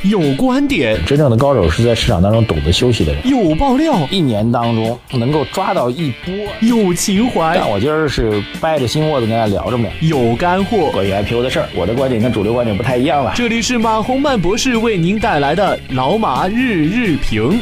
有观点， 真正的高手是在市场当中懂得休息的人。 有爆料， 一年当中能够抓到一波。 有情怀， 但我今儿是掰着心窝子跟大家聊着呢。 有干货， 关于 IPO 的事儿，我的观点跟主流观点不太一样了。 这里是马洪曼博士为您带来的老马日日评。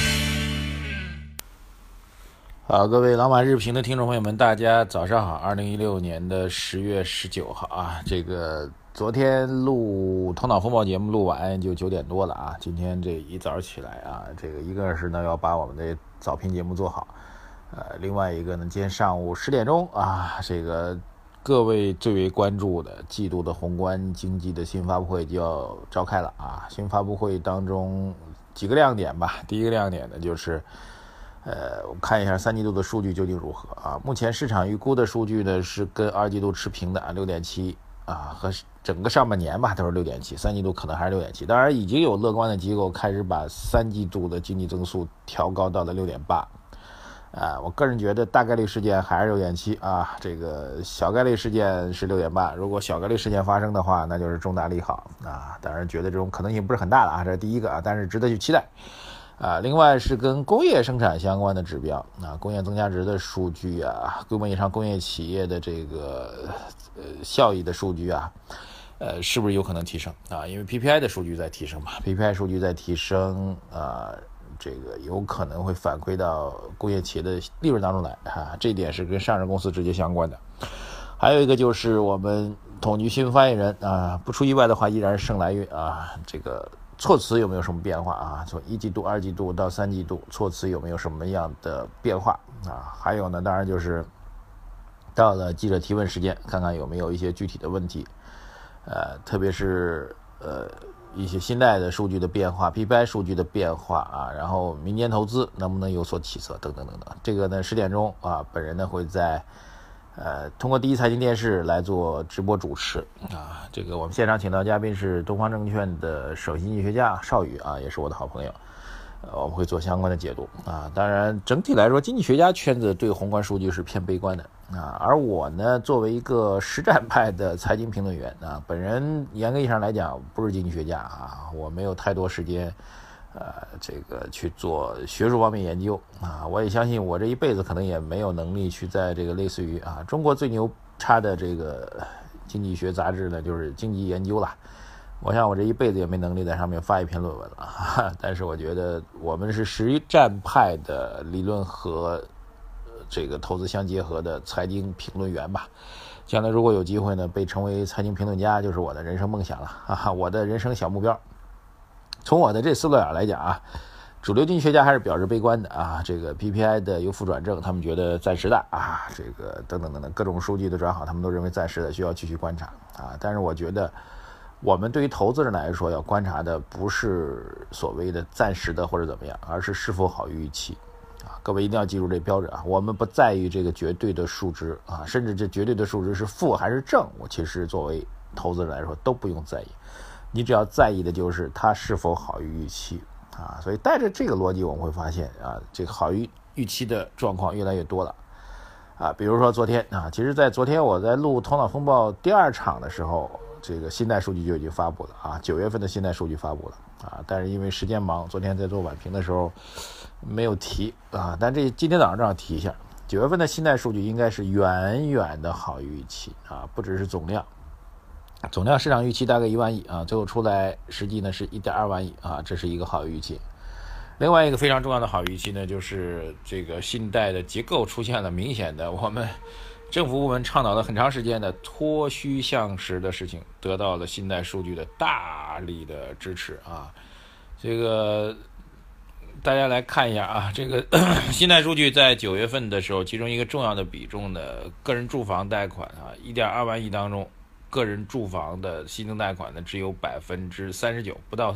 好，各位老马日评的听众朋友们，大家早上好。2016年的10月19号啊，这个昨天录头脑风暴节目录完就9点多了啊。今天这一早起来啊，这个一个是呢要把我们的早评节目做好，另外一个呢今天上午10点钟啊，这个各位最为关注的季度的宏观经济的新发布会就要召开了啊。新发布会当中几个亮点吧，第一个亮点呢就是我们看一下三季度的数据究竟如何啊？目前市场预估的数据呢是跟二季度持平的6.7啊，和整个上半年吧都是6.7，三季度可能还是6.7。当然已经有乐观的机构开始把三季度的经济增速调高到了6.8啊。我个人觉得大概率事件还是6.7啊，这个小概率事件是6.8。如果小概率事件发生的话，那就是重大利好啊。当然觉得这种可能性不是很大了啊，这是第一个啊，但是值得去期待。另外是跟工业生产相关的指标啊，工业增加值的数据啊，规模以上工业企业的这个效益的数据啊，是不是有可能提升啊？因为 PPI 的数据在提升嘛 ，PPI 数据在提升啊，这个有可能会反馈到工业企业的利润当中来啊，这一点是跟上市公司直接相关的。还有一个就是我们统计新发言人啊，不出意外的话依然是盛来运啊，这个措辞有没有什么变化啊？从一季度、二季度到三季度，措辞有没有什么样的变化啊？还有呢，当然就是到了记者提问时间，看看有没有一些具体的问题，特别是一些信贷的数据的变化、PPI 数据的变化啊，然后民间投资能不能有所起色等等等等。这个呢，10点钟啊，本人呢会在通过第一财经电视来做直播主持啊。这个我们现场请到嘉宾是东方证券的首席经济学家邵宇啊，也是我的好朋友，我们会做相关的解读啊。当然整体来说，经济学家圈子对宏观数据是偏悲观的啊，而我呢作为一个实战派的财经评论员啊，本人严格意义上来讲不是经济学家啊，我没有太多时间这个去做学术方面研究啊，我也相信我这一辈子可能也没有能力去在这个类似于啊中国最牛叉的这个经济学杂志呢，就是经济研究了。我想我这一辈子也没能力在上面发一篇论文了，但是我觉得我们是实战派的理论和这个投资相结合的财经评论员吧。将来如果有机会呢，被称为财经评论家，就是我的人生梦想了啊，我的人生小目标。从我的这思路眼来讲啊，主流经济学家还是表示悲观的啊，这个 PPI 的由负转正，他们觉得暂时的啊，这个等等等等各种数据的转好，他们都认为暂时的，需要继续观察啊。但是我觉得我们对于投资人来说，要观察的不是所谓的暂时的或者怎么样，而是是否好于预期啊。各位一定要记住这标准啊，我们不在于这个绝对的数值啊，甚至这绝对的数值是负还是正，我其实作为投资人来说都不用在意。你只要在意的就是它是否好于预期啊，所以带着这个逻辑，我们会发现啊，这个好于预期的状况越来越多了啊。比如说昨天啊，其实在昨天我在录头脑风暴第二场的时候，这个信贷数据就已经发布了啊，9月份的信贷数据发布了啊，但是因为时间忙，昨天在做晚评的时候没有提啊，但这今天早上正好提一下，9月份的信贷数据应该是远远的好于预期啊，不只是总量市场预期大概1万亿啊，最后出来实际呢是1.2万亿啊，这是一个好预期。另外一个非常重要的好预期呢，就是这个信贷的结构出现了明显的我们政府部门倡导了很长时间的脱虚向实的事情，得到了信贷数据的大力的支持啊。这个大家来看一下啊，这个信贷数据在9月份的时候，其中一个重要的比重的个人住房贷款啊，1.2万亿当中，个人住房的新增贷款呢只有39%，不到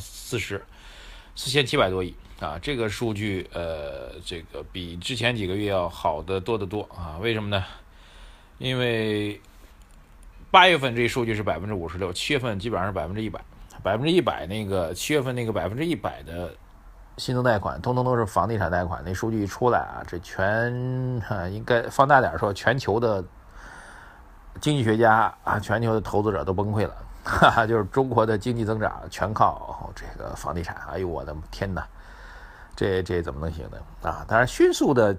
40，4700多亿啊。这个数据这个比之前几个月要好得多得多啊。为什么呢？因为8月份这数据是56%，7月份基本上是100%，100%那个7月份那个100%的新增贷款通通都是房地产贷款，那数据一出来啊，这应该放大点说，全球的经济学家啊，全球的投资者都崩溃了就是中国的经济增长全靠这个房地产。哎呦我的天哪，这怎么能行呢？当然迅速的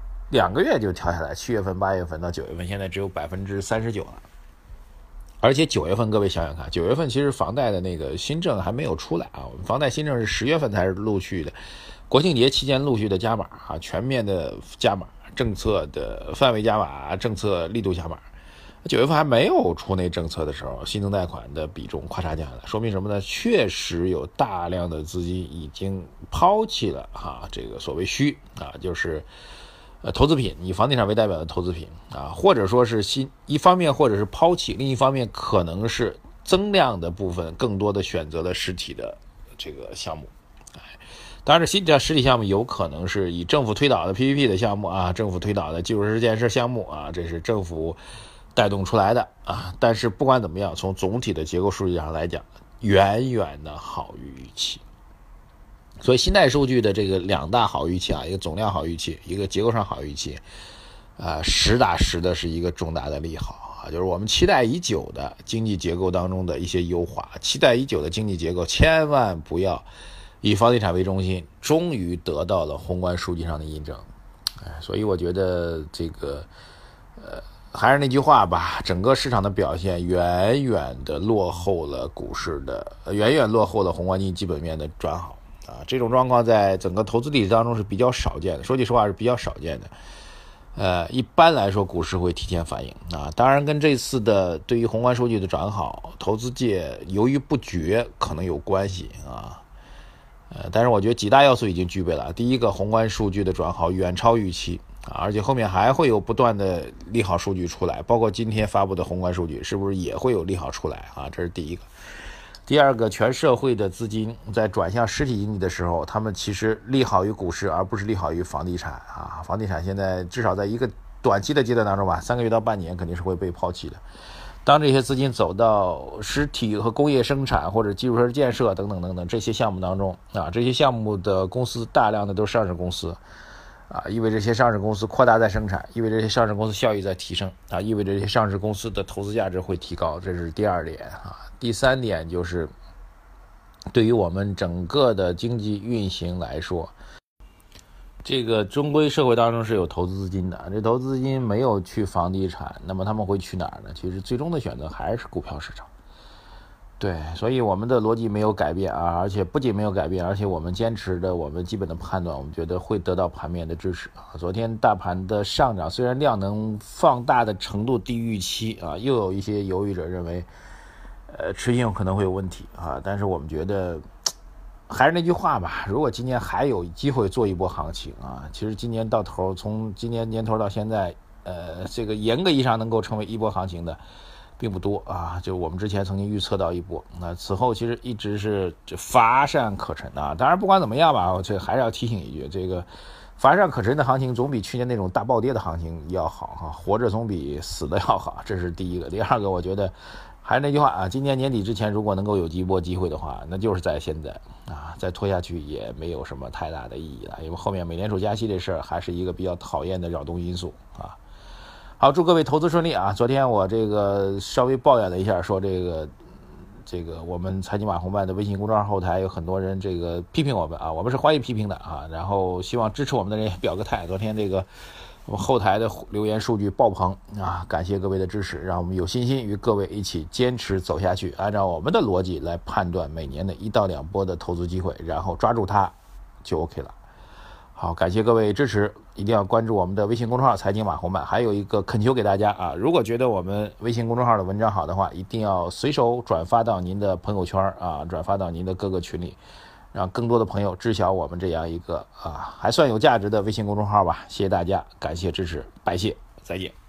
2个月就调下来，7月份、8月份到9月份，现在只有39%了。而且9月份，各位想想看，9月份其实房贷的那个新政还没有出来啊，我们房贷新政是10月份才是陆续的，国庆节期间陆续的加码全面的加码，政策的范围加码，政策力度加码。9月份还没有出那政策的时候，新增贷款的比重咔嚓降下来，说明什么呢？确实有大量的资金已经抛弃了这个所谓虚就是投资品，以房地产为代表的投资品或者说是一方面或者是抛弃，另一方面可能是增量的部分更多的选择了实体的这个项目。当然这实体项目有可能是以政府推导的 PPP 的项目政府推导的基础设施建设项目这是政府带动出来的但是不管怎么样，从总体的结构数据上来讲，远远的好于预期。所以信贷数据的这个2大好预期一个总量好预期，一个结构上好预期实打实的是一个重大的利好就是我们期待已久的经济结构当中的一些优化，期待已久的经济结构千万不要以房地产为中心，终于得到了宏观数据上的印证。所以我觉得这个还是那句话吧，整个市场的表现远远的落后了股市的，远远落后了宏观经济基本面的转好这种状况在整个投资历史当中是比较少见的，说句实话是比较少见的。一般来说股市会提前反应当然跟这次的对于宏观数据的转好，投资界犹豫不决可能有关系但是我觉得几大要素已经具备了。第一个，宏观数据的转好远超预期而且后面还会有不断的利好数据出来，包括今天发布的宏观数据是不是也会有利好出来这是第一个。第二个，全社会的资金在转向实体经济的时候，他们其实利好于股市，而不是利好于房地产房地产现在至少在一个短期的阶段当中吧，3个月到半年肯定是会被抛弃的。当这些资金走到实体和工业生产或者基础设施建设等等等等这些项目当中这些项目的公司大量的都是上市公司意味着这些上市公司扩大在生产，意味着这些上市公司效益在提升意味着这些上市公司的投资价值会提高，这是第2点第3点就是对于我们整个的经济运行来说，这个终归社会当中是有投资资金的，这投资资金没有去房地产，那么他们会去哪儿呢？其实最终的选择还是股票市场。对，所以我们的逻辑没有改变而且不仅没有改变，而且我们坚持的我们基本的判断，我们觉得会得到盘面的支持昨天大盘的上涨虽然量能放大的程度低于预期又有一些犹豫者认为持续性可能会有问题但是我们觉得还是那句话吧，如果今年还有机会做一波行情其实今年到头，从今年年头到现在这个严格意义上能够成为一波行情的并不多就我们之前曾经预测到一波此后其实一直是乏善可陈当然不管怎么样吧，这还是要提醒一句，这个乏善可陈的行情总比去年那种大暴跌的行情要好活着总比死的要好，这是第一个。第二个，我觉得还是那句话今年年底之前如果能够有一波机会的话，那就是在现在再拖下去也没有什么太大的意义了，因为后面美联储加息这事儿还是一个比较讨厌的扰动因素好，祝各位投资顺利昨天我这个稍微抱怨了一下，说这个我们财经马红办的微信公众号后台有很多人这个批评我们我们是欢迎批评的然后希望支持我们的人也表个态。昨天这个我们后台的留言数据爆棚感谢各位的支持，让我们有信心与各位一起坚持走下去，按照我们的逻辑来判断每年的1到2波的投资机会，然后抓住它就 OK 了。好，感谢各位支持，一定要关注我们的微信公众号财经马红漫。还有一个恳求给大家如果觉得我们微信公众号的文章好的话，一定要随手转发到您的朋友圈转发到您的各个群里，让更多的朋友知晓我们这样一个还算有价值的微信公众号吧。谢谢大家，感谢支持，拜谢，再见。